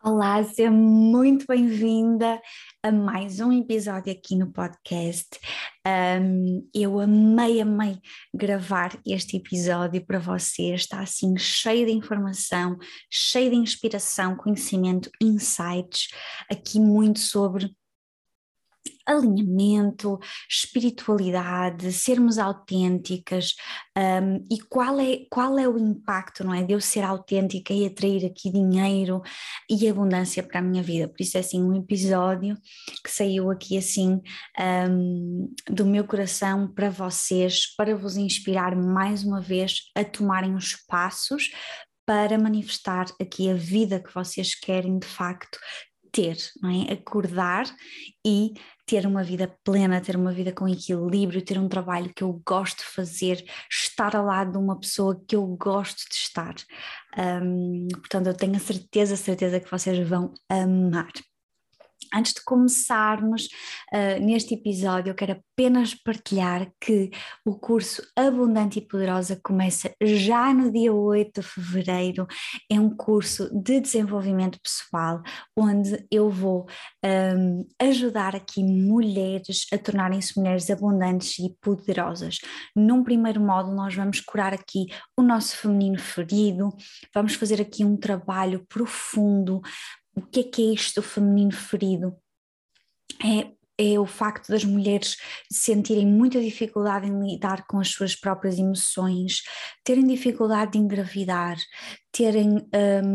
Olá, seja muito bem-vinda a mais um episódio aqui no podcast. Eu amei gravar este episódio para vocês. Está assim cheio de informação, cheio de inspiração, conhecimento, insights, aqui muito sobre alinhamento, espiritualidade, sermos autênticas, e qual é o impacto, não é, de eu ser autêntica e atrair aqui dinheiro e abundância para a minha vida. Por isso é assim um episódio que saiu aqui assim do meu coração para vocês, para vos inspirar mais uma vez a tomarem os passos para manifestar aqui a vida que vocês querem de facto ter, não é? Acordar e ter uma vida plena, ter uma vida com equilíbrio, ter um trabalho que eu gosto de fazer, estar ao lado de uma pessoa que eu gosto de estar. Portanto, eu tenho a certeza que vocês vão amar. Antes de começarmos neste episódio, eu quero apenas partilhar que o curso Abundante e Poderosa começa já no dia 8 de fevereiro. É um curso de desenvolvimento pessoal, onde eu vou ajudar aqui mulheres a tornarem-se mulheres abundantes e poderosas. Num primeiro módulo, nós vamos curar aqui o nosso feminino ferido, vamos fazer aqui um trabalho profundo. O que é isto, o feminino ferido? É o facto das mulheres sentirem muita dificuldade em lidar com as suas próprias emoções, terem dificuldade de engravidar, terem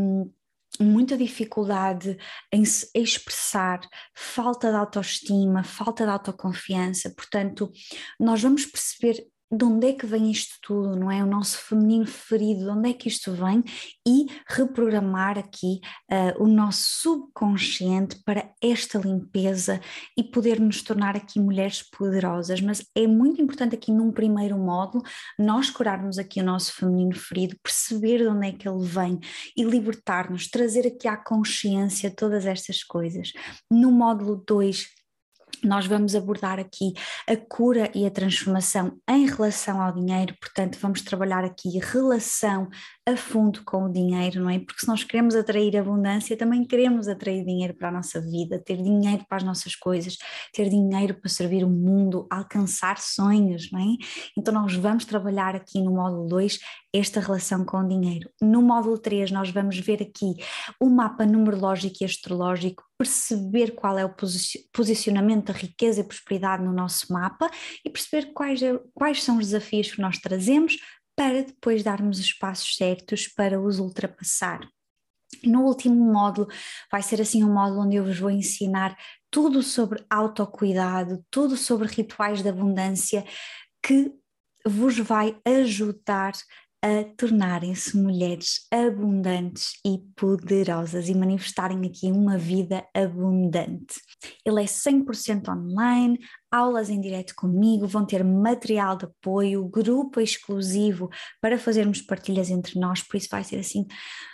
muita dificuldade em se expressar, falta de autoestima, falta de autoconfiança. Portanto, nós vamos perceber de onde é que vem isto tudo, não é? O nosso feminino ferido, de onde é que isto vem, e reprogramar aqui o nosso subconsciente para esta limpeza e poder nos tornar aqui mulheres poderosas. Mas é muito importante aqui num primeiro módulo nós curarmos aqui o nosso feminino ferido, perceber de onde é que ele vem e libertar-nos, trazer aqui à consciência todas estas coisas. No módulo 2, nós vamos abordar aqui a cura e a transformação em relação ao dinheiro. Portanto, vamos trabalhar aqui relação a fundo com o dinheiro, não é? Porque se nós queremos atrair abundância, também queremos atrair dinheiro para a nossa vida, ter dinheiro para as nossas coisas, ter dinheiro para servir o mundo, alcançar sonhos, não é? Então nós vamos trabalhar aqui no módulo 2 esta relação com o dinheiro. No módulo 3 nós vamos ver aqui o mapa numerológico e astrológico, perceber qual é o posicionamento da riqueza e prosperidade no nosso mapa e perceber quais são os desafios que nós trazemos para depois darmos os passos certos para os ultrapassar. No último módulo vai ser assim um módulo onde eu vos vou ensinar tudo sobre autocuidado, tudo sobre rituais de abundância que vos vai ajudar a tornarem-se mulheres abundantes e poderosas e manifestarem aqui uma vida abundante. Ele é 100% online, aulas em direto comigo, vão ter material de apoio, grupo exclusivo para fazermos partilhas entre nós, por isso vai ser assim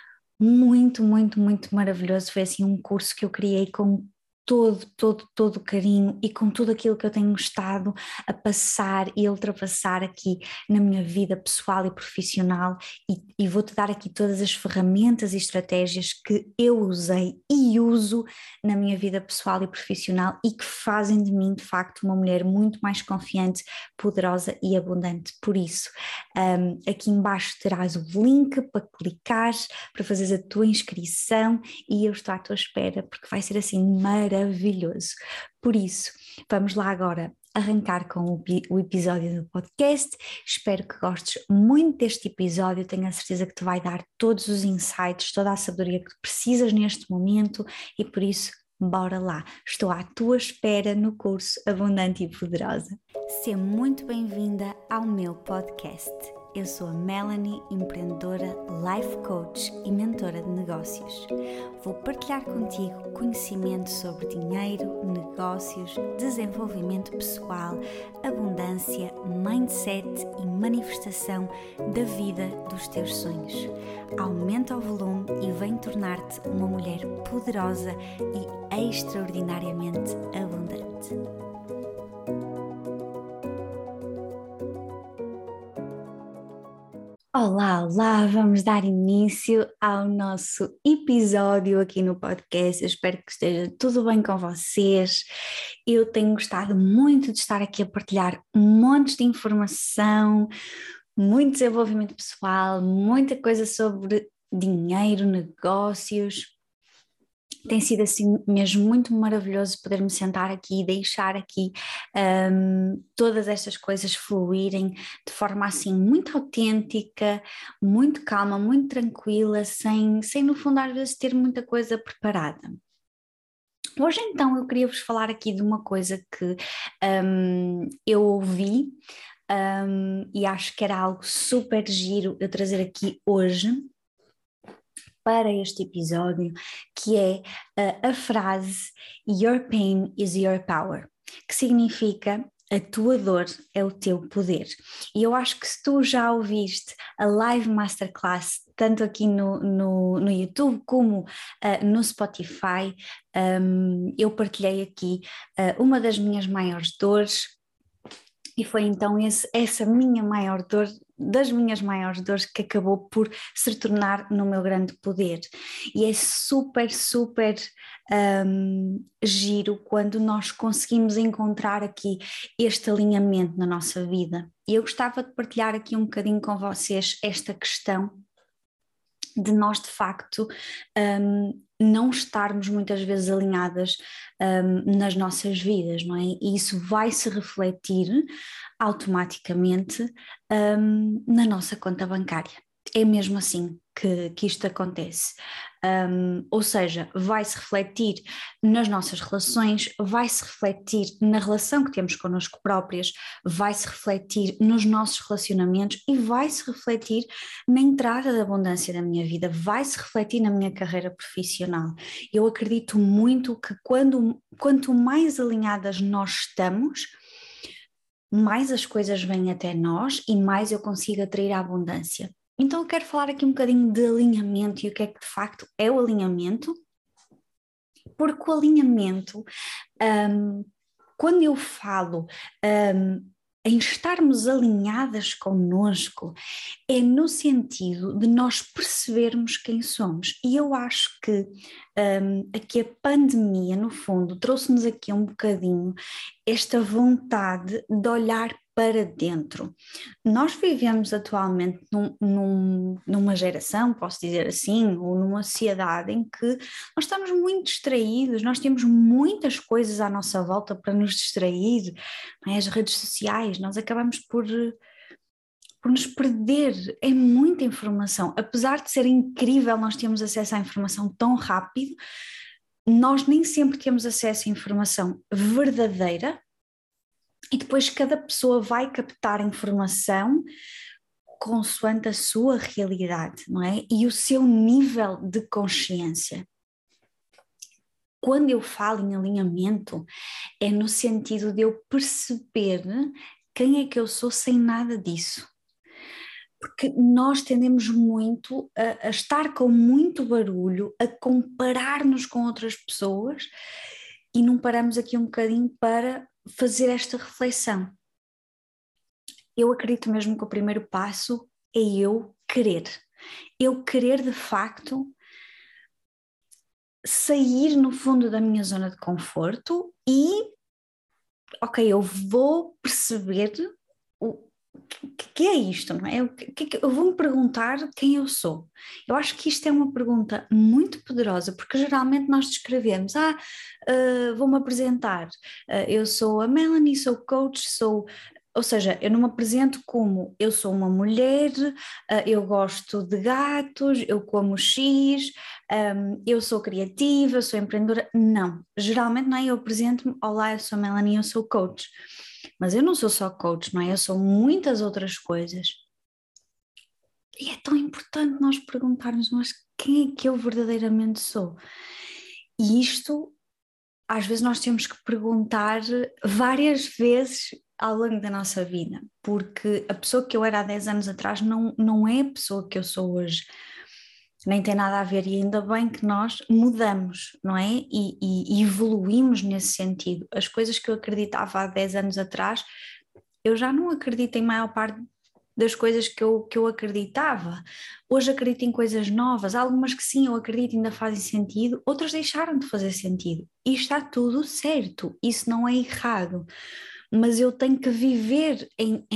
muito maravilhoso. Foi assim um curso que eu criei com todo o carinho e com tudo aquilo que eu tenho estado a passar e a ultrapassar aqui na minha vida pessoal e profissional, e vou-te dar aqui todas as ferramentas e estratégias que eu usei e uso na minha vida pessoal e profissional e que fazem de mim de facto uma mulher muito mais confiante, poderosa e abundante. Por isso, aqui embaixo terás o link para clicares, para fazeres a tua inscrição, e eu estou à tua espera porque vai ser assim maravilhoso. Por isso, vamos lá agora arrancar com o episódio do podcast. Espero que gostes muito deste episódio, tenho a certeza que te vai dar todos os insights, toda a sabedoria que precisas neste momento, e por isso, bora lá. Estou à tua espera no curso Abundante e Poderosa. Seja muito bem-vinda ao meu podcast. Eu sou a Melanie, empreendedora, life coach e mentora de negócios. Vou partilhar contigo conhecimento sobre dinheiro, negócios, desenvolvimento pessoal, abundância, mindset e manifestação da vida dos teus sonhos. Aumenta o volume e vem tornar-te uma mulher poderosa e extraordinariamente abundante. Olá, olá, vamos dar início ao nosso episódio aqui no podcast. Eu espero que esteja tudo bem com vocês. Eu tenho gostado muito de estar aqui a partilhar montes de informação, muito desenvolvimento pessoal, muita coisa sobre dinheiro, negócios. Tem sido assim mesmo muito maravilhoso poder-me sentar aqui e deixar aqui todas estas coisas fluírem de forma assim muito autêntica, muito calma, muito tranquila, sem no fundo às vezes ter muita coisa preparada. Hoje então eu queria vos falar aqui de uma coisa que eu ouvi e acho que era algo super giro eu trazer aqui hoje para este episódio, que é a frase "Your pain is your power", que significa "a tua dor é o teu poder". E eu acho que se tu já ouviste a live masterclass, tanto aqui no YouTube como no Spotify, eu partilhei aqui uma das minhas maiores dores, e foi então essa minha maior dor, das minhas maiores dores, que acabou por se tornar no meu grande poder. E é super, super giro quando nós conseguimos encontrar aqui este alinhamento na nossa vida. E eu gostava de partilhar aqui um bocadinho com vocês esta questão de nós de facto não estarmos muitas vezes alinhadas nas nossas vidas, não é? E isso vai se refletir automaticamente na nossa conta bancária. É mesmo assim que isto acontece. Ou seja, vai-se refletir nas nossas relações, vai-se refletir na relação que temos connosco próprias, vai-se refletir nos nossos relacionamentos e vai-se refletir na entrada da abundância da minha vida, vai-se refletir na minha carreira profissional. Eu acredito muito que quanto mais alinhadas nós estamos, mais as coisas vêm até nós e mais eu consigo atrair a abundância. Então eu quero falar aqui um bocadinho de alinhamento e o que é que de facto é o alinhamento, porque o alinhamento, quando eu falo em estarmos alinhadas connosco, é no sentido de nós percebermos quem somos. E eu acho que aqui a pandemia, no fundo, trouxe-nos aqui um bocadinho esta vontade de olhar para dentro. Nós vivemos atualmente numa geração, posso dizer assim, ou numa sociedade em que nós estamos muito distraídos, nós temos muitas coisas à nossa volta para nos distrair, não é? As redes sociais, nós acabamos por nos perder, é muita informação. Apesar de ser incrível nós termos acesso à informação tão rápido, nós nem sempre temos acesso à informação verdadeira, e depois cada pessoa vai captar a informação consoante a sua realidade, não é? E o seu nível de consciência. Quando eu falo em alinhamento, é no sentido de eu perceber quem é que eu sou sem nada disso. Porque nós tendemos muito a estar com muito barulho, a comparar-nos com outras pessoas e não paramos aqui um bocadinho para fazer esta reflexão. Eu acredito mesmo que o primeiro passo é eu querer. Eu querer de facto sair no fundo da minha zona de conforto e, ok, eu vou perceber o que é isto, não é? Eu vou-me perguntar quem eu sou. Eu acho que isto é uma pergunta muito poderosa, porque geralmente nós descrevemos, vou-me apresentar, eu sou a Melanie, sou coach, ou seja, eu não me apresento como eu sou uma mulher, eu gosto de gatos, eu como X, eu sou criativa, sou empreendedora. Não, geralmente não é, eu apresento-me, olá, eu sou a Melanie, eu sou coach. Mas eu não sou só coach, não é? Eu sou muitas outras coisas. E é tão importante nós perguntarmos, mas quem é que eu verdadeiramente sou? E isto, às vezes nós temos que perguntar várias vezes ao longo da nossa vida, porque a pessoa que eu era há 10 anos atrás não é a pessoa que eu sou hoje. Nem tem nada a ver, e ainda bem que nós mudamos, não é? E evoluímos nesse sentido. As coisas que eu acreditava há 10 anos atrás, eu já não acredito em maior parte das coisas que eu acreditava. Hoje acredito em coisas novas, algumas que sim, eu acredito ainda fazem sentido, outras deixaram de fazer sentido. E está tudo certo, isso não é errado. Mas eu tenho que viver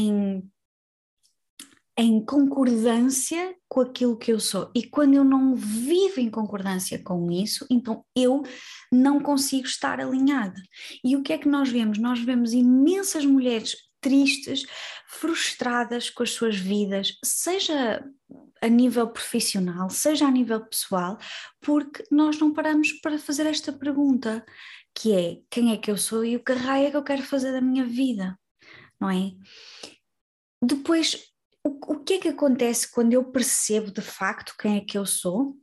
em concordância com aquilo que eu sou. E quando eu não vivo em concordância com isso, então eu não consigo estar alinhada. E o que é que nós vemos? Nós vemos imensas mulheres tristes, frustradas com as suas vidas, seja a nível profissional, seja a nível pessoal, porque nós não paramos para fazer esta pergunta, que é: quem é que eu sou e o que raio é que eu quero fazer da minha vida, não é? Depois, o que é que acontece quando eu percebo de facto quem é que eu sou?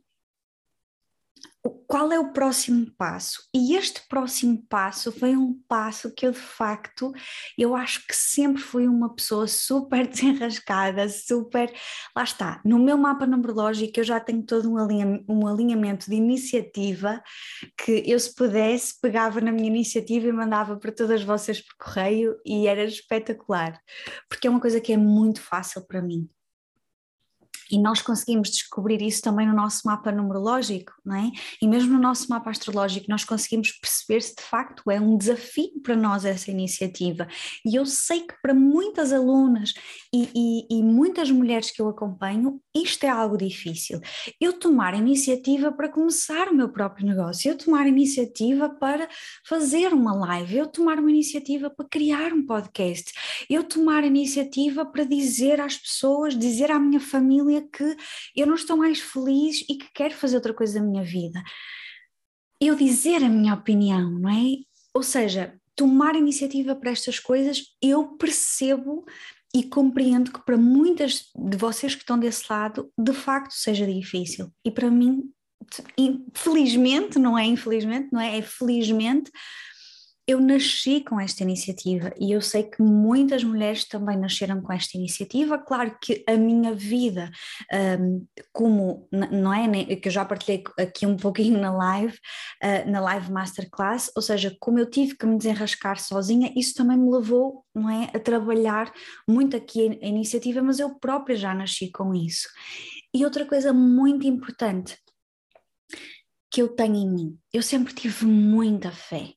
Qual é o próximo passo? E este próximo passo foi um passo que eu de facto, eu acho que sempre fui uma pessoa super desenrascada, super, lá está, no meu mapa numerológico eu já tenho todo um alinhamento de iniciativa que eu, se pudesse, pegava na minha iniciativa e mandava para todas vocês por correio e era espetacular, porque é uma coisa que é muito fácil para mim. E nós conseguimos descobrir isso também no nosso mapa numerológico, não é? E mesmo no nosso mapa astrológico nós conseguimos perceber se de facto é um desafio para nós essa iniciativa. E eu sei que para muitas alunas e muitas mulheres que eu acompanho, isto é algo difícil. Eu tomar iniciativa para começar o meu próprio negócio, eu tomar iniciativa para fazer uma live, eu tomar uma iniciativa para criar um podcast, eu tomar iniciativa para dizer às pessoas, dizer à minha família que eu não estou mais feliz e que quero fazer outra coisa da minha vida. Eu dizer a minha opinião, não é? Ou seja, tomar iniciativa para estas coisas, eu percebo e compreendo que para muitas de vocês que estão desse lado, de facto seja difícil. E para mim, infelizmente, não é infelizmente, não é? É felizmente, eu nasci com esta iniciativa e eu sei que muitas mulheres também nasceram com esta iniciativa. Claro que a minha vida, como, não é, que eu já partilhei aqui um pouquinho na live masterclass, ou seja, como eu tive que me desenrascar sozinha, isso também me levou, não é, a trabalhar muito aqui a iniciativa, mas eu própria já nasci com isso. E outra coisa muito importante que eu tenho em mim, eu sempre tive muita fé.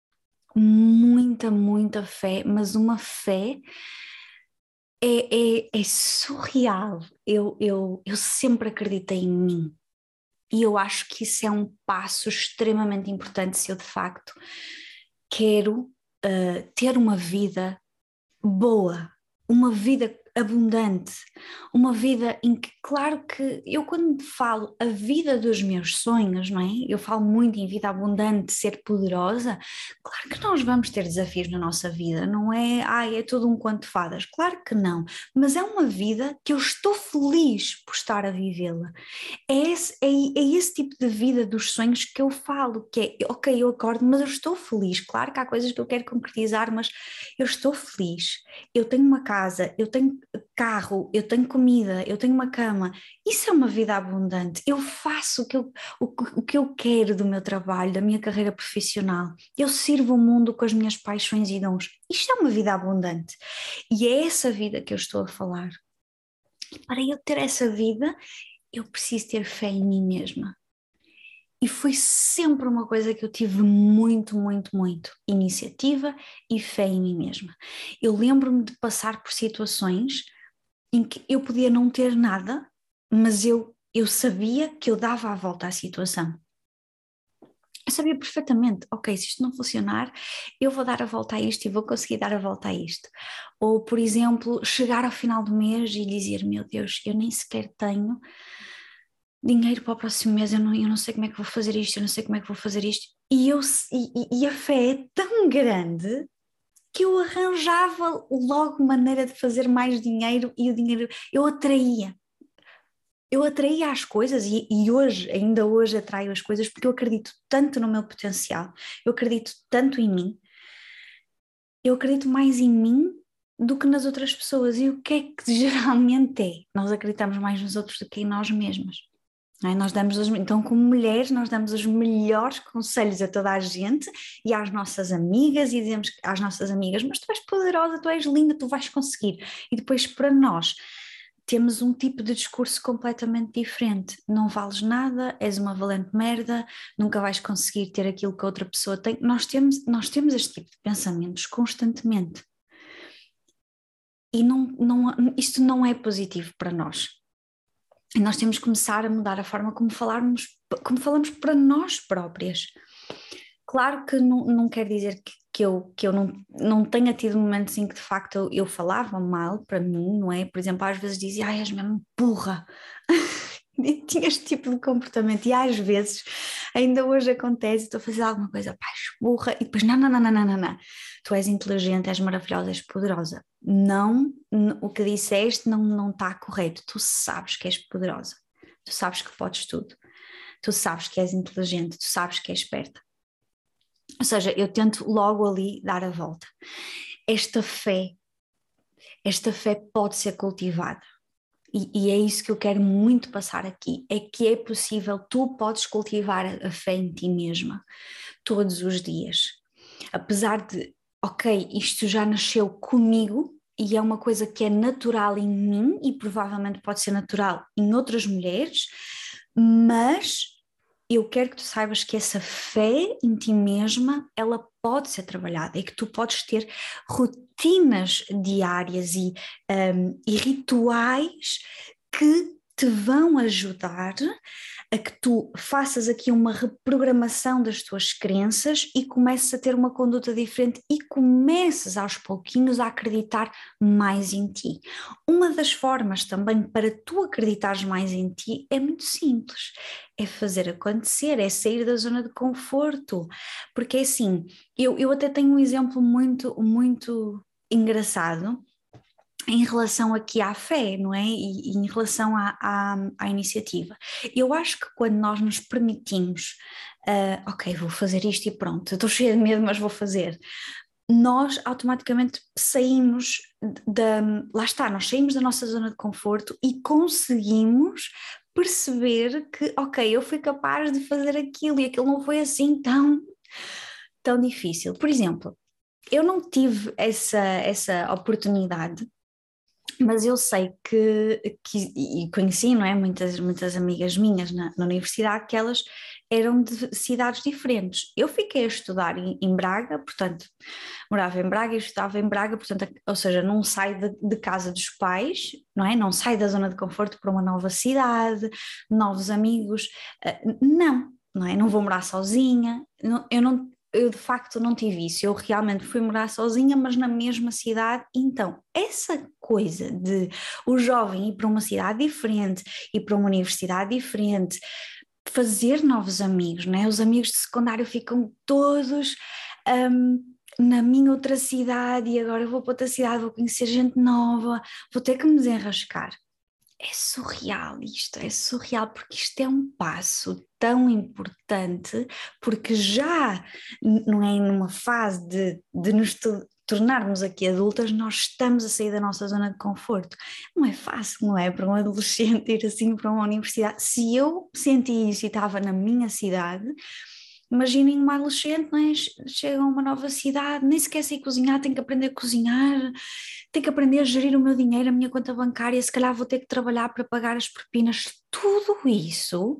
Muita fé, mas uma fé é surreal. Eu sempre acreditei em mim e eu acho que isso é um passo extremamente importante se eu de facto quero ter uma vida boa, uma vida abundante, uma vida em que, claro que eu quando falo a vida dos meus sonhos, não é? Eu falo muito em vida abundante, ser poderosa, claro que nós vamos ter desafios na nossa vida, não é, é tudo um conto de fadas, claro que não, mas é uma vida que eu estou feliz por estar a vivê-la. É esse tipo de vida dos sonhos que eu falo, que é, ok, eu acordo, mas eu estou feliz, claro que há coisas que eu quero concretizar, mas eu estou feliz, eu tenho uma casa, eu tenho carro, eu tenho comida, eu tenho uma cama, isso é uma vida abundante, eu faço o que eu quero do meu trabalho, da minha carreira profissional, eu sirvo o mundo com as minhas paixões e dons, isto é uma vida abundante e é essa vida que eu estou a falar. E para eu ter essa vida, eu preciso ter fé em mim mesma. E foi sempre uma coisa que eu tive muito iniciativa e fé em mim mesma. Eu lembro-me de passar por situações em que eu podia não ter nada, mas eu sabia que eu dava a volta à situação. Eu sabia perfeitamente, ok, se isto não funcionar, eu vou dar a volta a isto e vou conseguir dar a volta a isto. Ou, por exemplo, chegar ao final do mês e dizer, meu Deus, eu nem sequer tenho dinheiro para o próximo mês, eu não sei como é que vou fazer isto, eu não sei como é que vou fazer isto. E a fé é tão grande que eu arranjava logo maneira de fazer mais dinheiro e o dinheiro eu atraía. Eu atraía as coisas e hoje, ainda hoje atraio as coisas porque eu acredito tanto no meu potencial, eu acredito tanto em mim, eu acredito mais em mim do que nas outras pessoas. E o que é que geralmente é? Nós acreditamos mais nos outros do que em nós mesmos. não é? Então, como mulheres, nós damos os melhores conselhos a toda a gente e às nossas amigas, e dizemos às nossas amigas: mas tu és poderosa, tu és linda, tu vais conseguir. E depois, para nós, temos um tipo de discurso completamente diferente. Não vales nada, és uma valente merda, nunca vais conseguir ter aquilo que a outra pessoa tem. Nós temos este tipo de pensamentos constantemente. E isto não é positivo para nós. E nós temos que começar a mudar a forma como falamos para nós próprias. Claro que não quer dizer que eu não tenha tido momentos em que de facto eu falava mal para mim, não é? Por exemplo, às vezes dizia: ai, és mesmo burra. E tinha este tipo de comportamento, e às vezes, ainda hoje acontece, estou a fazer alguma coisa, pá, és burra, e depois: não, tu és inteligente, és maravilhosa, és poderosa. Não, o que disseste não está correto. Tu sabes que és poderosa, tu sabes que podes tudo, tu sabes que és inteligente, tu sabes que és esperta. Ou seja, eu tento logo ali dar a volta. Esta fé pode ser cultivada. E é isso que eu quero muito passar aqui, é que é possível, tu podes cultivar a fé em ti mesma todos os dias. Apesar de, ok, isto já nasceu comigo e é uma coisa que é natural em mim e provavelmente pode ser natural em outras mulheres, mas eu quero que tu saibas que essa fé em ti mesma, ela pode ser trabalhada e que tu podes ter rotinas diárias e rituais que te vão ajudar a que tu faças aqui uma reprogramação das tuas crenças e comeces a ter uma conduta diferente e comeces aos pouquinhos a acreditar mais em ti. Uma das formas também para tu acreditares mais em ti é muito simples, é fazer acontecer, é sair da zona de conforto, porque é assim, eu até tenho um exemplo muito, muito engraçado em relação aqui à fé, não é? E em relação à iniciativa. Eu acho que quando nós nos permitimos, ok, vou fazer isto e pronto, eu estou cheia de medo, mas vou fazer, nós automaticamente saímos lá está, nós saímos da nossa zona de conforto e conseguimos perceber que, ok, eu fui capaz de fazer aquilo e aquilo não foi assim tão difícil. Por exemplo, eu não tive essa oportunidade, mas eu sei e conheci, não é, muitas amigas minhas na universidade que elas eram de cidades diferentes. Eu fiquei a estudar em Braga, portanto, morava em Braga e estudava em Braga, portanto, ou seja, não saio de casa dos pais, não é? Não saio da zona de conforto para uma nova cidade, novos amigos, não é? Não vou morar sozinha, eu de facto não tive isso, eu realmente fui morar sozinha, mas na mesma cidade. Então, essa coisa de o jovem ir para uma cidade diferente, ir para uma universidade diferente, fazer novos amigos, não é? Os amigos de secundário ficam todos na minha outra cidade e agora eu vou para outra cidade, vou conhecer gente nova, vou ter que me desenrascar. É surreal isto, é surreal, porque isto é um passo tão importante, porque já não é numa fase de nos tornarmos aqui adultas, nós estamos a sair da nossa zona de conforto. Não é fácil, não é? Para um adolescente ir assim para uma universidade. Se eu senti isso e estava na minha cidade, imaginem uma adolescente, não é? Chega a uma nova cidade, nem sequer sei cozinhar, tem que aprender a cozinhar, tem que aprender a gerir o meu dinheiro, a minha conta bancária, se calhar vou ter que trabalhar para pagar as propinas. Tudo isso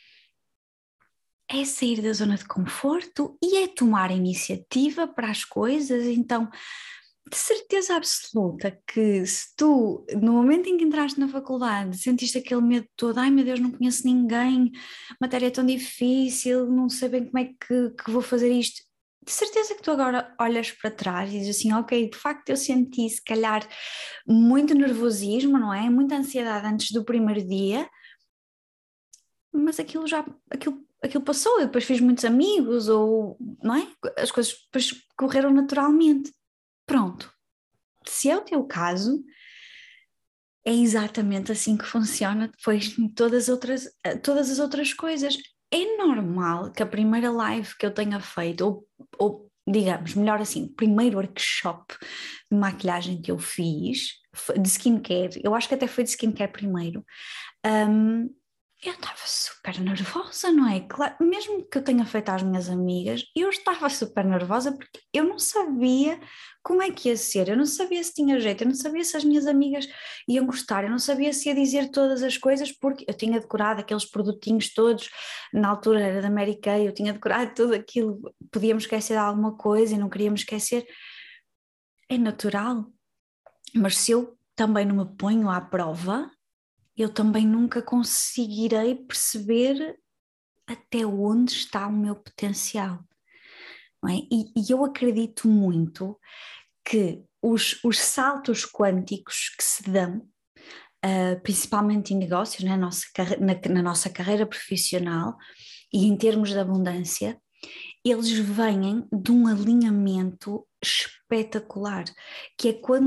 é sair da zona de conforto e é tomar iniciativa para as coisas. Então, de certeza absoluta que se tu, no momento em que entraste na faculdade, sentiste aquele medo todo: ai meu Deus, não conheço ninguém, matéria é tão difícil, não sei bem como é que vou fazer isto. De certeza que tu agora olhas para trás e dizes assim: ok, de facto eu senti se calhar muito nervosismo, não é? Muita ansiedade antes do primeiro dia, mas aquilo passou, eu depois fiz muitos amigos, ou não é? As coisas depois correram naturalmente. Pronto. Se é o teu caso, é exatamente assim que funciona depois em todas as outras coisas. É normal que a primeira live que eu tenha feito, ou digamos, melhor assim, o primeiro workshop de maquilhagem que eu fiz, de skincare, eu acho que até foi de skincare primeiro, eu estava super nervosa, não é? Claro, mesmo que eu tenha feito às minhas amigas, eu estava super nervosa porque eu não sabia como é que ia ser, eu não sabia se tinha jeito, eu não sabia se as minhas amigas iam gostar, eu não sabia se ia dizer todas as coisas porque eu tinha decorado aqueles produtinhos todos, na altura era da Mary Kay, eu tinha decorado tudo aquilo, podíamos esquecer de alguma coisa e não queríamos esquecer, é natural, mas se eu também não me ponho à prova, eu também nunca conseguirei perceber até onde está o meu potencial, não é? E eu acredito muito que os saltos quânticos que se dão, principalmente em negócios, na nossa carreira profissional e em termos de abundância, eles vêm de um alinhamento espetacular, que é quando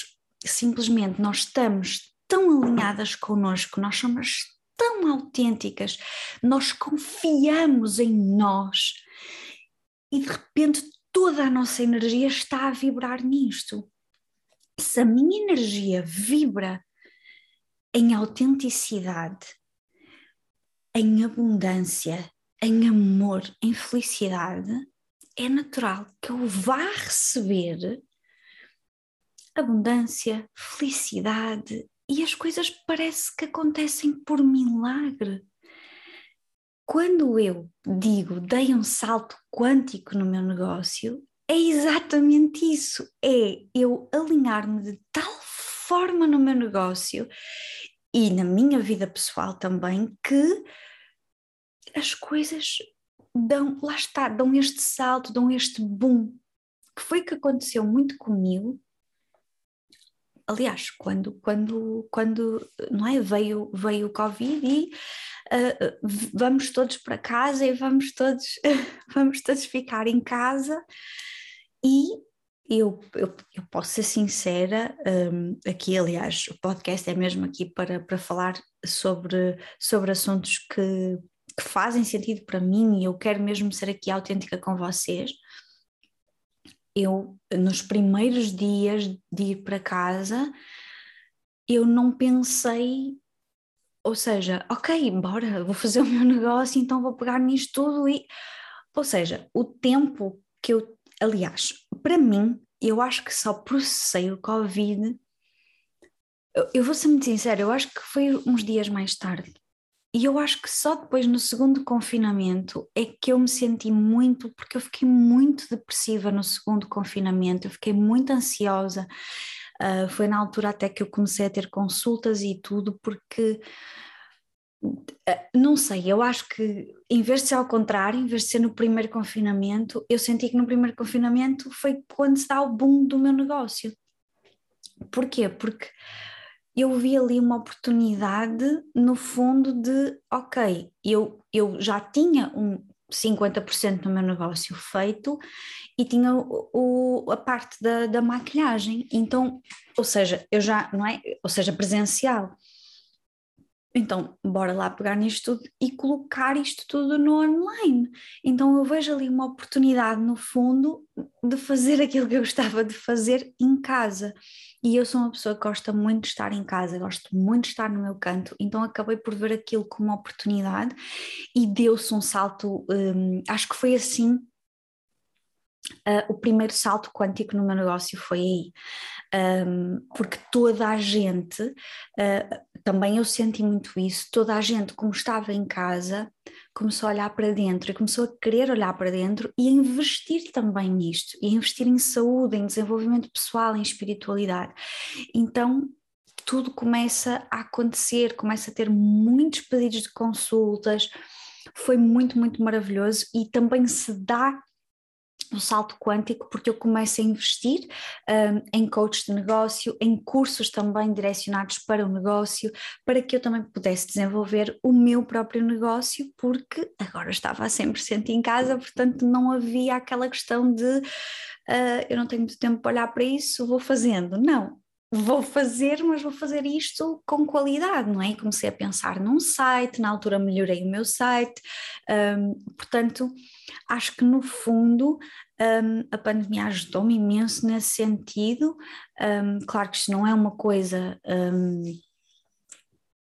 nós estamos tão alinhadas connosco, nós somos tão autênticas, nós confiamos em nós e de repente toda a nossa energia está a vibrar nisto. Se a minha energia vibra em autenticidade, em abundância, em amor, em felicidade, é natural que eu vá receber abundância, felicidade e as coisas parece que acontecem por milagre. Quando eu digo dei um salto quântico no meu negócio, é exatamente isso, é eu alinhar-me de tal forma no meu negócio e na minha vida pessoal também que as coisas dão, lá está, dão este salto, dão este boom, que foi o que aconteceu muito comigo. Aliás, quando não é, veio o Covid e vamos todos para casa e vamos todos ficar em casa e eu posso ser sincera, aqui aliás o podcast é mesmo aqui para falar sobre assuntos que fazem sentido para mim e eu quero mesmo ser aqui autêntica com vocês. Eu, nos primeiros dias de ir para casa, eu não pensei, ou seja, ok, bora, vou fazer o meu negócio, então vou pegar nisto tudo e, ou seja, o tempo que eu, aliás, para mim, eu acho que só processei o Covid, eu vou ser muito sincera, eu acho que foi uns dias mais tarde. E eu acho que só depois no segundo confinamento é que eu me senti muito, porque eu fiquei muito depressiva no segundo confinamento, eu fiquei muito ansiosa. Foi na altura até que eu comecei a ter consultas e tudo, porque não sei, eu acho que em vez de ser ao contrário, em vez de ser no primeiro confinamento, eu senti que no primeiro confinamento foi quando se dá o boom do meu negócio. Porquê? Porque eu vi ali uma oportunidade, no fundo, de ok, eu já tinha 50% do meu negócio feito e tinha a parte da maquilhagem, então, ou seja, eu já, não é? Ou seja, presencial. Então, bora lá pegar nisto tudo e colocar isto tudo no online. Então, eu vejo ali uma oportunidade, no fundo, de fazer aquilo que eu gostava de fazer em casa. E eu sou uma pessoa que gosta muito de estar em casa, gosto muito de estar no meu canto, então acabei por ver aquilo como uma oportunidade e deu-se um salto. Acho que foi assim. O primeiro salto quântico no meu negócio foi aí, porque toda a gente, também eu senti muito isso, toda a gente, como estava em casa, começou a olhar para dentro e começou a querer olhar para dentro e a investir também nisto, e a investir em saúde, em desenvolvimento pessoal, em espiritualidade. Então, tudo começa a acontecer, começa a ter muitos pedidos de consultas, foi muito, muito maravilhoso e também se dá o salto quântico porque eu começo a investir em coaches de negócio, em cursos também direcionados para o negócio, para que eu também pudesse desenvolver o meu próprio negócio, porque agora estava a 100% em casa, portanto não havia aquela questão de eu não tenho muito tempo para olhar para isso, vou fazendo. Não, vou fazer, mas vou fazer isto com qualidade, não é? E comecei a pensar num site, na altura melhorei o meu site, portanto, acho que no fundo a pandemia ajudou-me imenso nesse sentido. Claro que isto não é uma coisa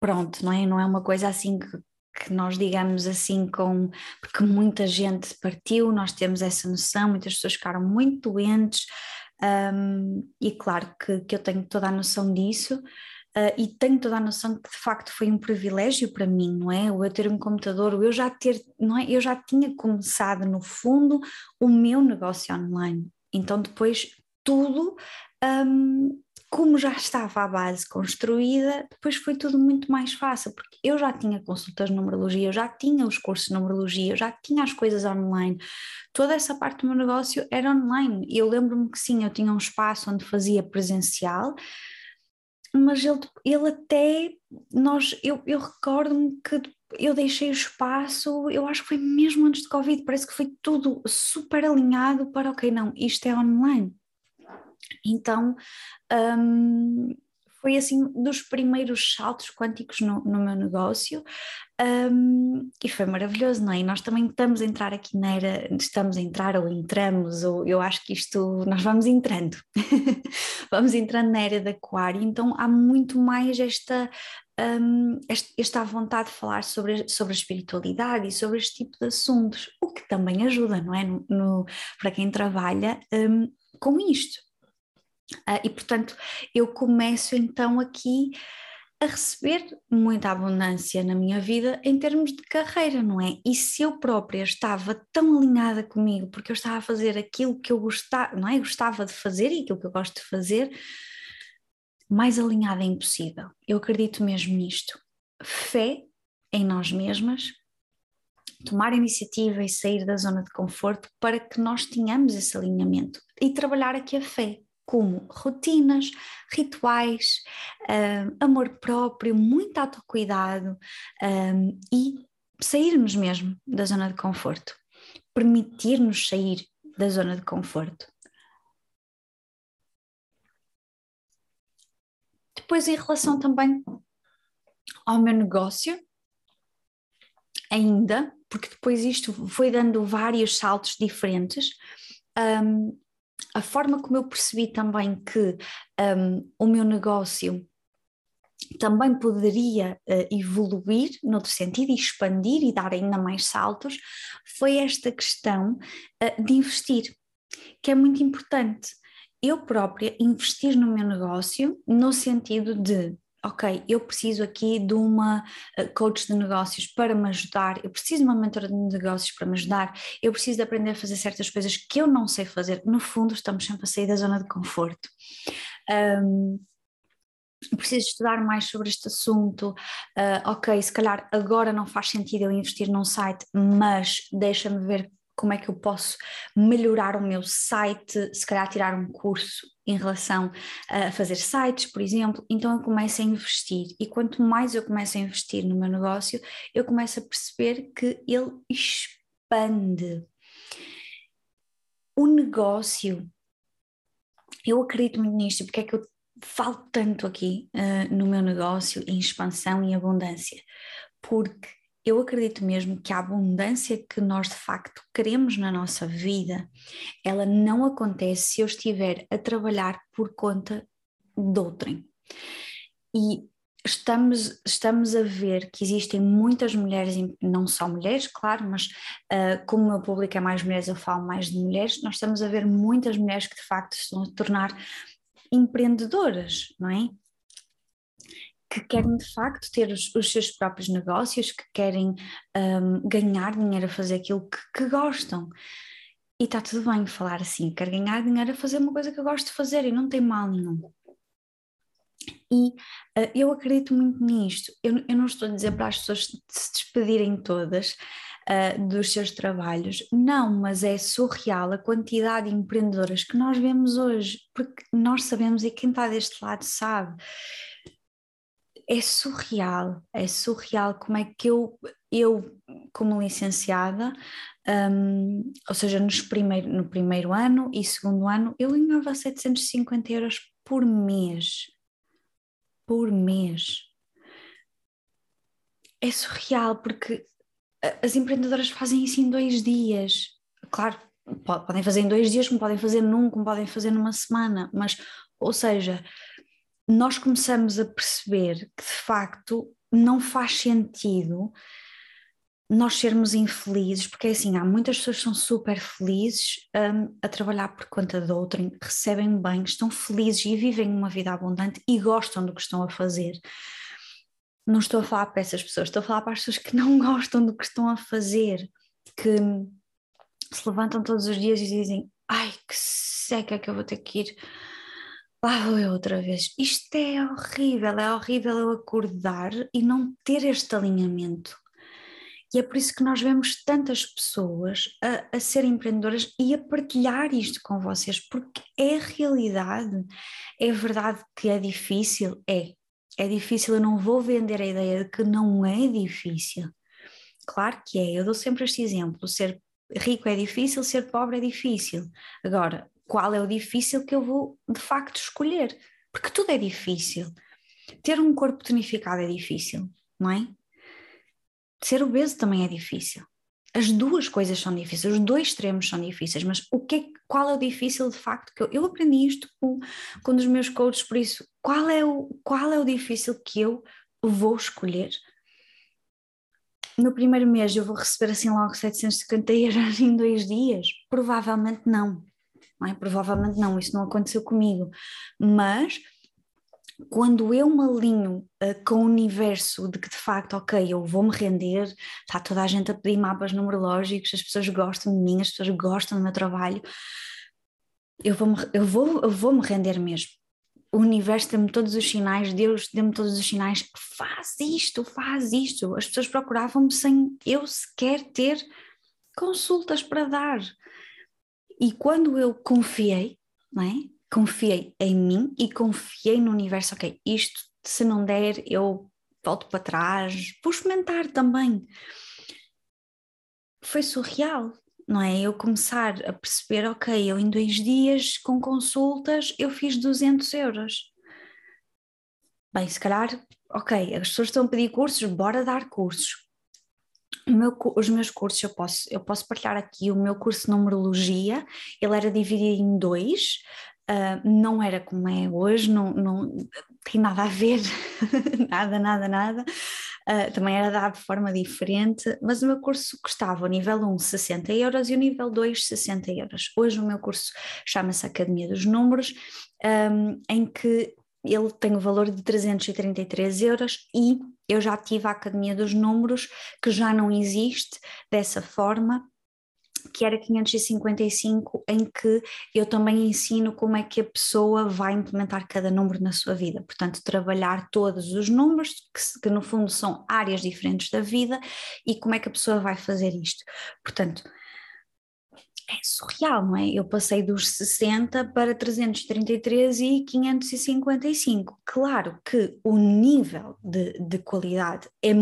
pronto, não é? Não é uma coisa assim que nós digamos assim porque muita gente partiu, nós temos essa noção, muitas pessoas ficaram muito doentes, e claro que eu tenho toda a noção disso. E tenho toda a noção que de facto foi um privilégio para mim, não é? O eu ter um computador, o eu já ter, não é? Eu já tinha começado no fundo o meu negócio online, então depois tudo, como já estava a base construída, depois foi tudo muito mais fácil, porque eu já tinha consultas de numerologia, eu já tinha os cursos de numerologia, eu já tinha as coisas online, toda essa parte do meu negócio era online. Eu lembro-me que sim, eu tinha um espaço onde fazia presencial, mas ele até, eu recordo-me que eu deixei o espaço, eu acho que foi mesmo antes de Covid, parece que foi tudo super alinhado para, ok, não, isto é online. Então, hum, foi assim dos primeiros saltos quânticos no meu negócio, e foi maravilhoso, não é? E nós também estamos a entrar aqui na era, estamos a entrar ou entramos, ou eu acho que isto, nós vamos entrando, vamos entrando na era de Aquário, então há muito mais esta vontade de falar sobre a espiritualidade e sobre este tipo de assuntos, o que também ajuda, não é? Para quem trabalha com isto. E portanto, eu começo então aqui a receber muita abundância na minha vida em termos de carreira, não é? E se eu própria estava tão alinhada comigo, porque eu estava a fazer aquilo que eu gostava, não é? Gostava de fazer e aquilo que eu gosto de fazer, mais alinhada é impossível. Eu acredito mesmo nisto. Fé em nós mesmas, tomar iniciativa e sair da zona de conforto para que nós tenhamos esse alinhamento e trabalhar aqui a fé, como rotinas, rituais, amor próprio, muito autocuidado, e sairmos mesmo da zona de conforto, permitir-nos sair da zona de conforto. Depois, em relação também ao meu negócio, ainda, porque depois isto foi dando vários saltos diferentes, a forma como eu percebi também que o meu negócio também poderia evoluir noutro sentido e expandir e dar ainda mais saltos, foi esta questão de investir, que é muito importante. Eu própria investir no meu negócio no sentido de, ok, eu preciso aqui de uma coach de negócios para me ajudar, eu preciso de uma mentora de negócios para me ajudar, eu preciso de aprender a fazer certas coisas que eu não sei fazer. No fundo, estamos sempre a sair da zona de conforto. Preciso estudar mais sobre este assunto, ok, se calhar agora não faz sentido eu investir num site, mas deixa-me ver como é que eu posso melhorar o meu site, se calhar tirar um curso em relação a fazer sites, por exemplo. Então eu começo a investir, e quanto mais eu começo a investir no meu negócio, eu começo a perceber que ele expande. O negócio, eu acredito muito nisto, porque é que eu falo tanto aqui no meu negócio em expansão e abundância, porque eu acredito mesmo que a abundância que nós de facto queremos na nossa vida, ela não acontece se eu estiver a trabalhar por conta de outrem. E estamos a ver que existem muitas mulheres, não só mulheres, claro, mas como o meu público é mais mulheres, eu falo mais de mulheres, nós estamos a ver muitas mulheres que de facto estão a tornar empreendedoras, não é? Que querem de facto ter os seus próprios negócios, que querem ganhar dinheiro a fazer aquilo que gostam. E está tudo bem falar assim, quero ganhar dinheiro a fazer uma coisa que eu gosto de fazer e não tem mal nenhum. E eu acredito muito nisto. Eu não estou a dizer para as pessoas se despedirem todas dos seus trabalhos, não, mas é surreal a quantidade de empreendedoras que nós vemos hoje, porque nós sabemos e quem está deste lado sabe. É surreal como é que eu como licenciada, ou seja, no primeiro ano e segundo ano, eu ganhava 750 euros por mês. Por mês. É surreal porque as empreendedoras fazem isso em 2 dias. Claro, podem fazer em 2 dias, como podem fazer num, como podem fazer numa semana, mas, ou seja, nós começamos a perceber que de facto não faz sentido nós sermos infelizes, porque é assim, há muitas pessoas que são super felizes a trabalhar por conta de outrem, recebem bem, estão felizes e vivem uma vida abundante e gostam do que estão a fazer. Não estou a falar para essas pessoas, estou a falar para as pessoas que não gostam do que estão a fazer, que se levantam todos os dias e dizem: ai, que seca que eu vou ter que ir, lá vou eu outra vez. Isto é horrível eu acordar e não ter este alinhamento. E é por isso que nós vemos tantas pessoas a serem empreendedoras e a partilhar isto com vocês, porque é realidade. É verdade que é difícil? É difícil, eu não vou vender a ideia de que não é difícil. Claro que é, eu dou sempre este exemplo, ser rico é difícil, ser pobre é difícil. Agora, qual é o difícil que eu vou de facto escolher? Porque tudo é difícil. Ter um corpo tonificado é difícil, não é? Ser obeso também é difícil. As duas coisas são difíceis, os dois extremos são difíceis, mas qual é o difícil de facto que eu aprendi isto com um dos meus coaches, por isso, qual é o difícil que eu vou escolher? No primeiro mês eu vou receber assim logo 750 euros em 2 dias? Provavelmente não, não é? Provavelmente não, isso não aconteceu comigo, mas quando eu me alinho com o universo de que de facto, ok, eu vou-me render, está toda a gente a pedir mapas numerológicos, as pessoas gostam de mim, as pessoas gostam do meu trabalho, eu vou me render mesmo. O universo deu-me todos os sinais, Deus deu-me todos os sinais, faz isto, faz isto. As pessoas procuravam-me sem eu sequer ter consultas para dar. E quando eu confiei, não é? Confiei em mim e confiei no universo, ok, isto se não der eu volto para trás, vou experimentar também. Foi surreal, não é? Eu começar a perceber, ok, eu em 2 dias com consultas eu fiz 200 euros. Bem, se calhar, ok, as pessoas estão a pedir cursos, bora dar cursos. Os meus cursos, eu posso partilhar aqui o meu curso de numerologia, ele era dividido em dois, não era como é hoje, não tem nada a ver, nada. Também era dado de forma diferente, mas o meu curso custava o nível 1 60 euros e o nível 2 60 euros. Hoje o meu curso chama-se Academia dos Números, em que ele tem o valor de 333 euros e eu já tive a Academia dos Números, que já não existe dessa forma, que era 555, em que eu também ensino como é que a pessoa vai implementar cada número na sua vida, portanto trabalhar todos os números, que no fundo são áreas diferentes da vida, e como é que a pessoa vai fazer isto. Portanto, é surreal, não é? Eu passei dos 60 para 333 e 555. Claro que o nível de qualidade é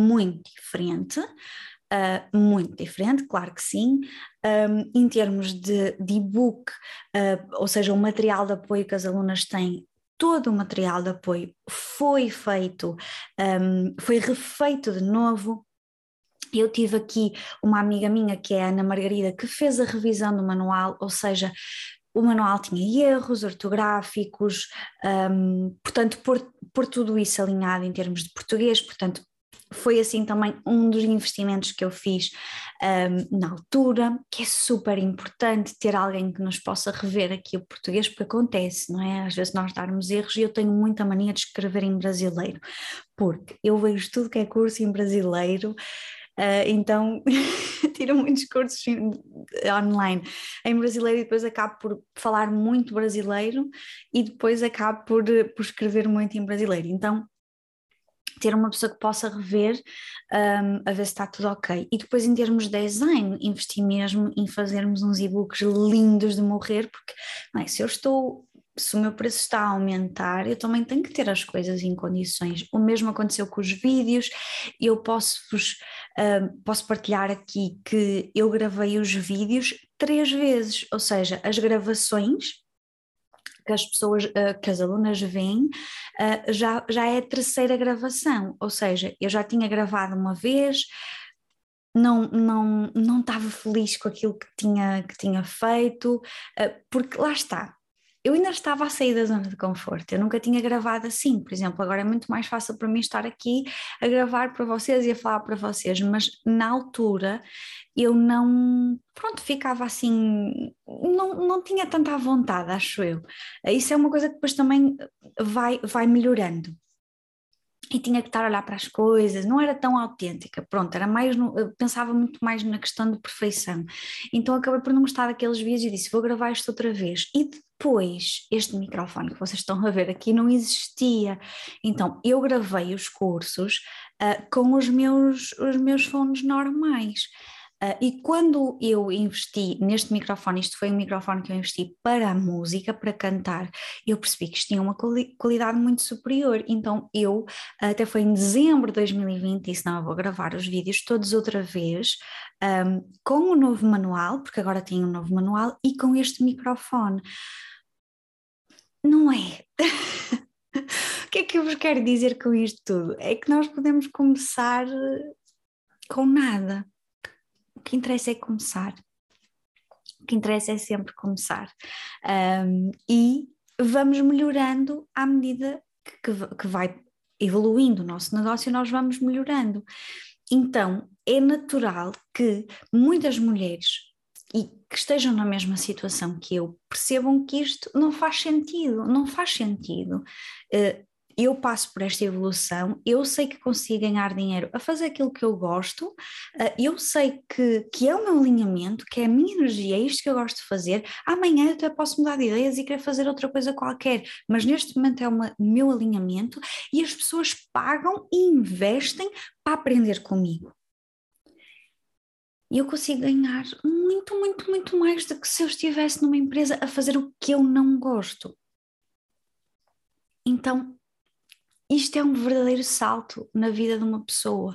muito diferente, claro que sim. Em termos de e-book, ou seja, o material de apoio que as alunas têm, todo o material de apoio foi feito, foi refeito de novo. Eu tive aqui uma amiga minha, que é a Ana Margarida, que fez a revisão do manual, ou seja, o manual tinha erros ortográficos, portanto, por tudo isso alinhado em termos de português, portanto, foi assim também um dos investimentos que eu fiz na altura, que é super importante ter alguém que nos possa rever aqui o português, porque acontece, não é? Às vezes nós darmos erros e eu tenho muita mania de escrever em brasileiro, porque eu vejo tudo que é curso em brasileiro. Então tiro muitos cursos online em brasileiro e depois acabo por falar muito brasileiro e depois acabo por escrever muito em brasileiro. Então ter uma pessoa que possa rever, a ver se está tudo ok. E depois em termos de design, investi mesmo em fazermos uns e-books lindos de morrer, porque não é, se o meu preço está a aumentar, eu também tenho que ter as coisas em condições. O mesmo aconteceu com os vídeos. Eu posso partilhar aqui que eu gravei os vídeos 3 vezes, ou seja, as gravações que as pessoas, que as alunas veem, já é a terceira gravação, ou seja, eu já tinha gravado uma vez, não estava feliz com aquilo que tinha feito, porque lá está, eu ainda estava a sair da zona de conforto, eu nunca tinha gravado assim, por exemplo, agora é muito mais fácil para mim estar aqui a gravar para vocês e a falar para vocês, mas na altura eu não, pronto, ficava assim, não tinha tanta vontade, acho eu. Isso é uma coisa que depois também vai melhorando. E tinha que estar a olhar para as coisas, não era tão autêntica, pronto, era mais, eu pensava muito mais na questão de perfeição. Então acabei por não gostar daqueles vídeos e disse, vou gravar isto outra vez. E depois, este microfone que vocês estão a ver aqui não existia. Então eu gravei os cursos com os meus fones normais. E quando eu investi neste microfone, isto foi um microfone que eu investi para a música, para cantar, eu percebi que isto tinha uma qualidade muito superior. Então eu, até foi em dezembro de 2020, disse, não, eu vou gravar os vídeos todos outra vez, com o novo manual, porque agora tenho um novo manual, e com este microfone. Não é? O que é que eu vos quero dizer com isto tudo? É que nós podemos começar com nada. O que interessa é começar. O que interessa é sempre começar. E vamos melhorando à medida que vai evoluindo o nosso negócio, nós vamos melhorando. Então, é natural que muitas mulheres e que estejam na mesma situação que eu percebam que isto não faz sentido, não faz sentido. Eu passo por esta evolução, eu sei que consigo ganhar dinheiro a fazer aquilo que eu gosto, eu sei que é o meu alinhamento, que é a minha energia, é isto que eu gosto de fazer. Amanhã eu até posso mudar de ideias e querer fazer outra coisa qualquer, mas neste momento é o meu alinhamento e as pessoas pagam e investem para aprender comigo. E eu consigo ganhar muito, muito, muito mais do que se eu estivesse numa empresa a fazer o que eu não gosto. Então, isto é um verdadeiro salto na vida de uma pessoa.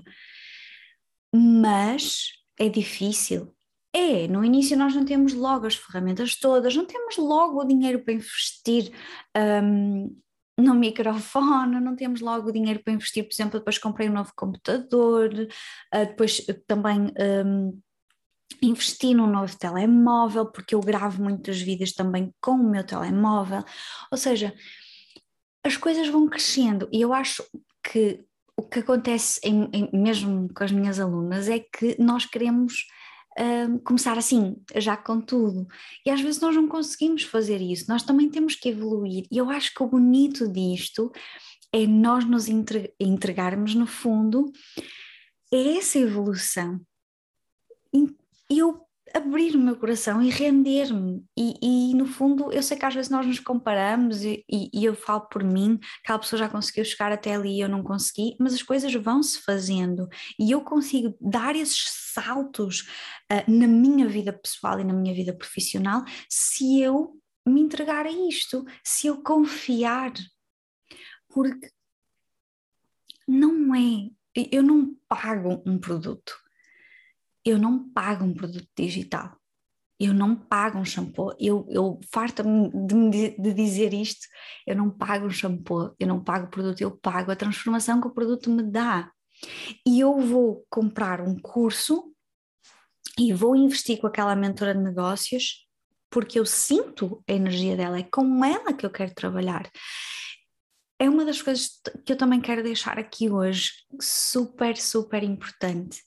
Mas é difícil. No início nós não temos logo as ferramentas todas, não temos logo o dinheiro para investir no microfone, não temos logo o dinheiro para investir, por exemplo, depois comprei um novo computador, depois também investi num novo telemóvel, porque eu gravo muitos vídeos também com o meu telemóvel, ou seja, as coisas vão crescendo e eu acho que o que acontece mesmo com as minhas alunas é que nós queremos começar assim, já com tudo, e às vezes nós não conseguimos fazer isso, nós também temos que evoluir, e eu acho que o bonito disto é nós nos entregarmos no fundo, é essa evolução, e eu abrir o meu coração e render-me. E no fundo, eu sei que às vezes nós nos comparamos e eu falo por mim, aquela pessoa já conseguiu chegar até ali e eu não consegui, mas as coisas vão-se fazendo e eu consigo dar esses saltos na minha vida pessoal e na minha vida profissional se eu me entregar a isto, se eu confiar, porque não é, eu não pago um produto. Eu não pago um produto digital, eu não pago um shampoo, eu farto-me de dizer isto, eu não pago um shampoo, eu não pago o produto, eu pago a transformação que o produto me dá. E eu vou comprar um curso e vou investir com aquela mentora de negócios porque eu sinto a energia dela, é com ela que eu quero trabalhar. É uma das coisas que eu também quero deixar aqui hoje, super, super importante.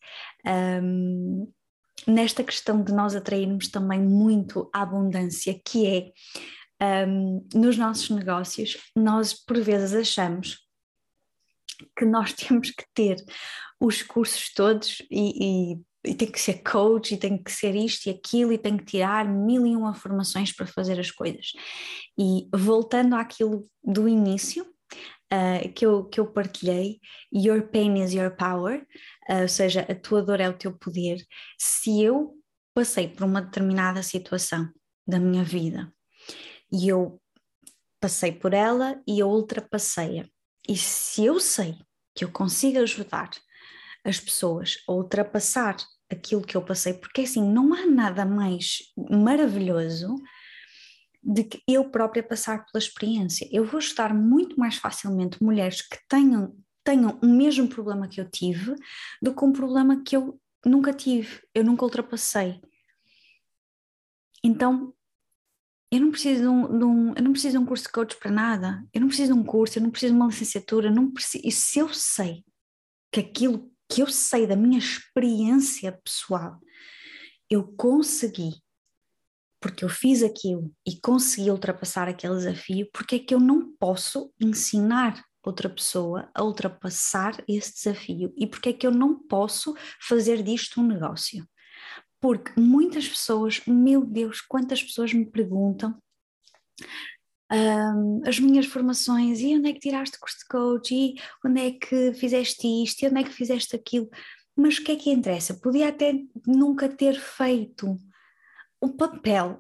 Nesta questão de nós atrairmos também muito a abundância, que é nos nossos negócios, nós por vezes achamos que nós temos que ter os cursos todos e tem que ser coach, e tem que ser isto e aquilo, e tem que tirar 1001 formações para fazer as coisas. E voltando àquilo do início, que eu partilhei, your pain is your power, ou seja, a tua dor é o teu poder. Se eu passei por uma determinada situação da minha vida e eu passei por ela e eu ultrapassei-a, e se eu sei que eu consigo ajudar as pessoas a ultrapassar aquilo que eu passei, porque assim, não há nada mais maravilhoso de que eu própria passar pela experiência. Eu vou ajudar muito mais facilmente mulheres que tenham o mesmo problema que eu tive do que um problema que eu nunca tive, eu nunca ultrapassei. Então, Eu não preciso eu não preciso de um curso de coach para nada. Eu não preciso de um curso, eu não preciso de uma licenciatura, não preciso. E se eu sei que aquilo que eu sei da minha experiência pessoal, eu consegui, porque eu fiz aquilo e consegui ultrapassar aquele desafio, porque é que eu não posso ensinar outra pessoa a ultrapassar esse desafio? E porque é que eu não posso fazer disto um negócio? Porque muitas pessoas, meu Deus, quantas pessoas me perguntam as minhas formações, e onde é que tiraste o curso de coach, e onde é que fizeste isto, e onde é que fizeste aquilo, mas o que é que interessa? Podia até nunca ter feito. O papel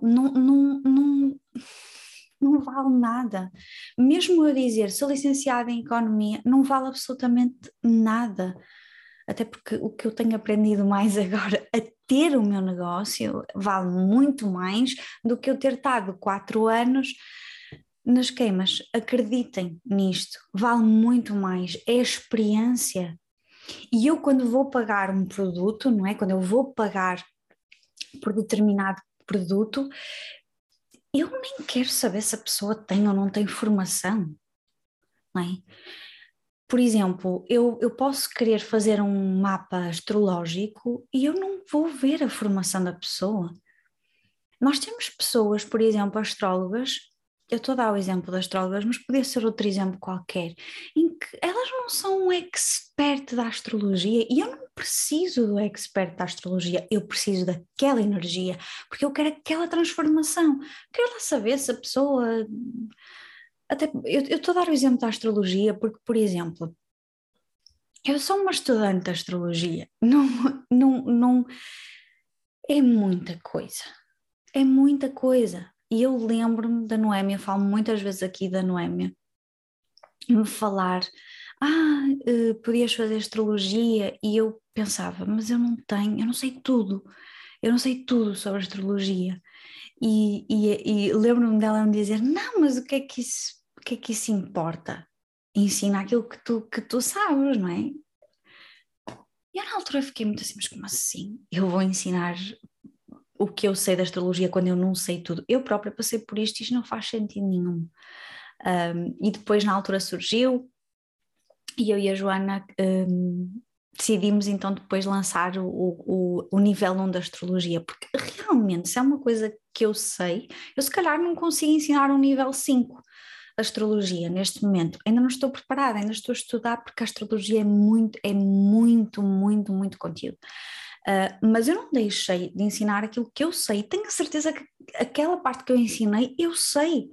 não vale nada. Mesmo eu dizer, sou licenciada em Economia, não vale absolutamente nada. Até porque o que eu tenho aprendido mais agora a ter o meu negócio vale muito mais do que eu ter estado 4 anos nas queimas. Acreditem nisto, vale muito mais. É a experiência. E eu, quando vou pagar um produto, não é? Quando eu vou pagar por determinado produto, eu nem quero saber se a pessoa tem ou não tem formação, não é? Por exemplo, eu posso querer fazer um mapa astrológico e eu não vou ver a formação da pessoa. Nós temos pessoas, por exemplo, astrólogas, eu estou a dar o exemplo das astrólogas, mas podia ser outro exemplo qualquer, em que elas não são um expert da astrologia e eu não preciso do expert da astrologia, eu preciso daquela energia, porque eu quero aquela transformação. Quero lá saber se a pessoa. Até, eu estou a dar o exemplo da astrologia porque, por exemplo, eu sou uma estudante de astrologia, não, é muita coisa. É muita coisa. E eu lembro-me da Noémia, falo muitas vezes aqui da Noémia, me falar, podias fazer astrologia, e eu pensava, mas eu não tenho, eu não sei tudo, eu não sei tudo sobre astrologia. E lembro-me dela me dizer, não, mas o que é que isso importa? Ensina aquilo que tu sabes, não é? E eu na altura fiquei muito assim, mas como assim? Eu vou ensinar o que eu sei da astrologia quando eu não sei tudo. Eu própria passei por isto não faz sentido nenhum. E depois na altura surgiu e eu e a Joana decidimos então depois lançar o nível 1 da astrologia, porque realmente se é uma coisa que eu sei, eu se calhar não consigo ensinar um nível 5 da astrologia neste momento, ainda não estou preparada, ainda estou a estudar porque a astrologia é muito, muito, muito conteúdo. Mas eu não deixei de ensinar aquilo que eu sei, tenho a certeza que aquela parte que eu ensinei, eu sei.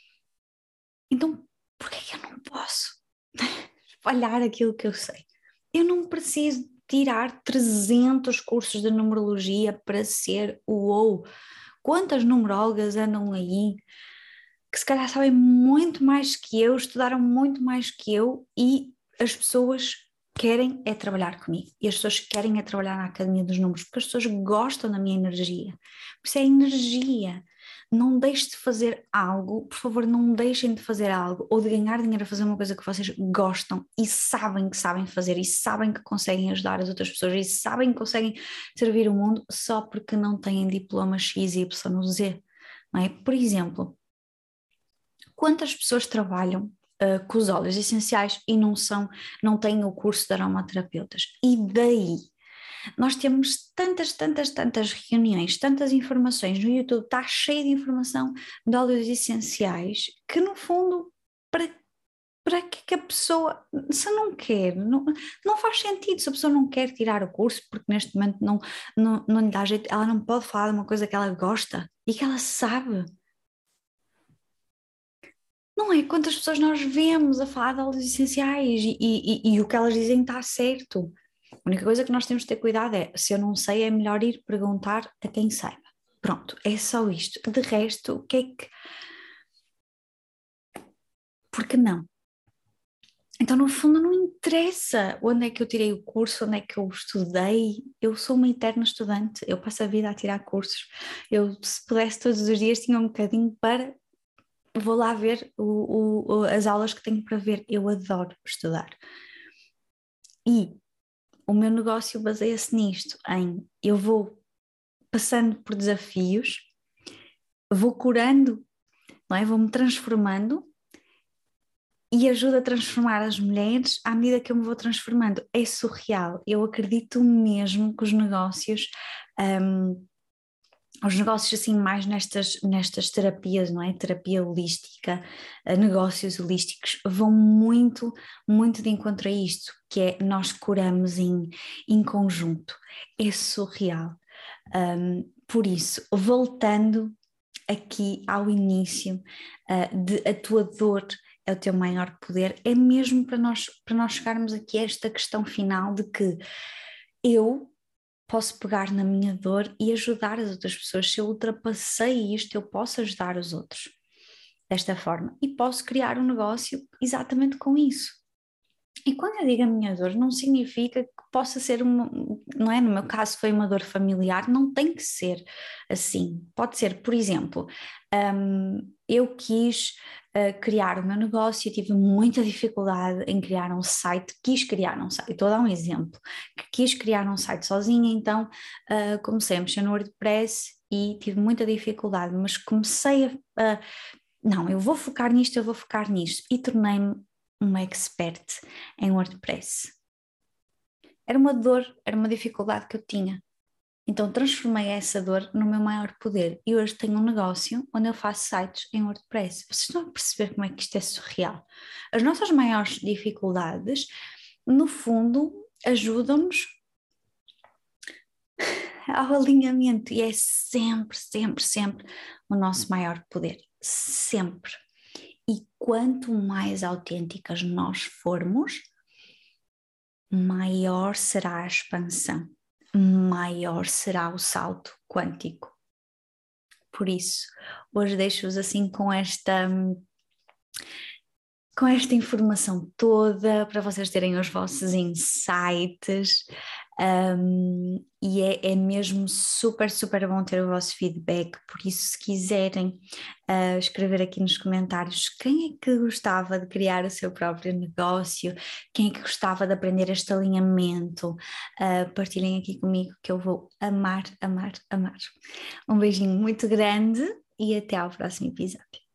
Então, por que eu não posso espalhar aquilo que eu sei? Eu não preciso tirar 300 cursos de numerologia para ser o ou. Quantas numerólogas andam aí que se calhar sabem muito mais que eu, estudaram muito mais que eu e as pessoas querem é trabalhar comigo e as pessoas querem é trabalhar na Academia dos Números porque as pessoas gostam da minha energia. Por isso é energia. Não deixe de fazer algo, por favor, não deixem de fazer algo ou de ganhar dinheiro a fazer uma coisa que vocês gostam e sabem que sabem fazer e sabem que conseguem ajudar as outras pessoas e sabem que conseguem servir o mundo só porque não têm diploma X, Y, Z. Não é? Por exemplo, quantas pessoas trabalham com os óleos essenciais e não têm o curso de aromaterapeutas? E daí? Nós temos tantas reuniões, tantas informações no YouTube, está cheio de informação de óleos essenciais que no fundo, para que a pessoa, se não quer, não faz sentido, se a pessoa não quer tirar o curso, porque neste momento não lhe dá jeito, ela não pode falar de uma coisa que ela gosta e que ela sabe. Não é? Quantas pessoas nós vemos a falar de óleos essenciais e o que elas dizem está certo. A única coisa que nós temos de ter cuidado é, se eu não sei, é melhor ir perguntar a quem saiba. Pronto, é só isto. De resto, o que é que... Por que não? Então, no fundo, não interessa onde é que eu tirei o curso, onde é que eu estudei. Eu sou uma eterna estudante, eu passo a vida a tirar cursos. Eu, se pudesse, todos os dias tinha um bocadinho para... Vou lá ver as aulas que tenho para ver. Eu adoro estudar. E o meu negócio baseia-se nisto, em eu vou passando por desafios vou curando, não é? Vou-me transformando e ajuda a transformar as mulheres à medida que eu me vou transformando. É surreal. Eu acredito mesmo que os negócios assim mais nestas terapias, não é? Terapia holística, negócios holísticos vão muito, muito de encontro a isto, que é nós curamos em conjunto. É surreal. Por isso, voltando aqui ao início, de a tua dor é o teu maior poder, é mesmo para nós chegarmos aqui a esta questão final de que eu posso pegar na minha dor e ajudar as outras pessoas. Se eu ultrapassei isto, eu posso ajudar os outros desta forma e posso criar um negócio exatamente com isso. E quando eu digo a minha dor, não significa que possa ser uma, não é? No meu caso foi uma dor familiar, não tem que ser assim. Pode ser, por exemplo, eu quis criar o meu negócio, eu tive muita dificuldade em criar um site, quis criar um site, estou a dar um exemplo, que quis criar um site sozinha, então comecei a mexer no WordPress e tive muita dificuldade, mas comecei não, eu vou focar nisto, eu vou focar nisto e tornei-me uma expert em WordPress. Era uma dor, era uma dificuldade que eu tinha. Então transformei essa dor no meu maior poder e hoje tenho um negócio onde eu faço sites em WordPress. Vocês estão a perceber como é que isto é surreal? As nossas maiores dificuldades, no fundo, ajudam-nos ao alinhamento e é sempre, sempre, sempre o nosso maior poder. Sempre. E quanto mais autênticas nós formos, maior será a expansão, maior será o salto quântico. Por isso, hoje deixo-vos assim com esta informação toda para vocês terem os vossos insights, e é mesmo super, super bom ter o vosso feedback. Por isso, se quiserem escrever aqui nos comentários quem é que gostava de criar o seu próprio negócio, quem é que gostava de aprender este alinhamento, partilhem aqui comigo que eu vou amar, amar, amar. Um beijinho muito grande e até ao próximo episódio.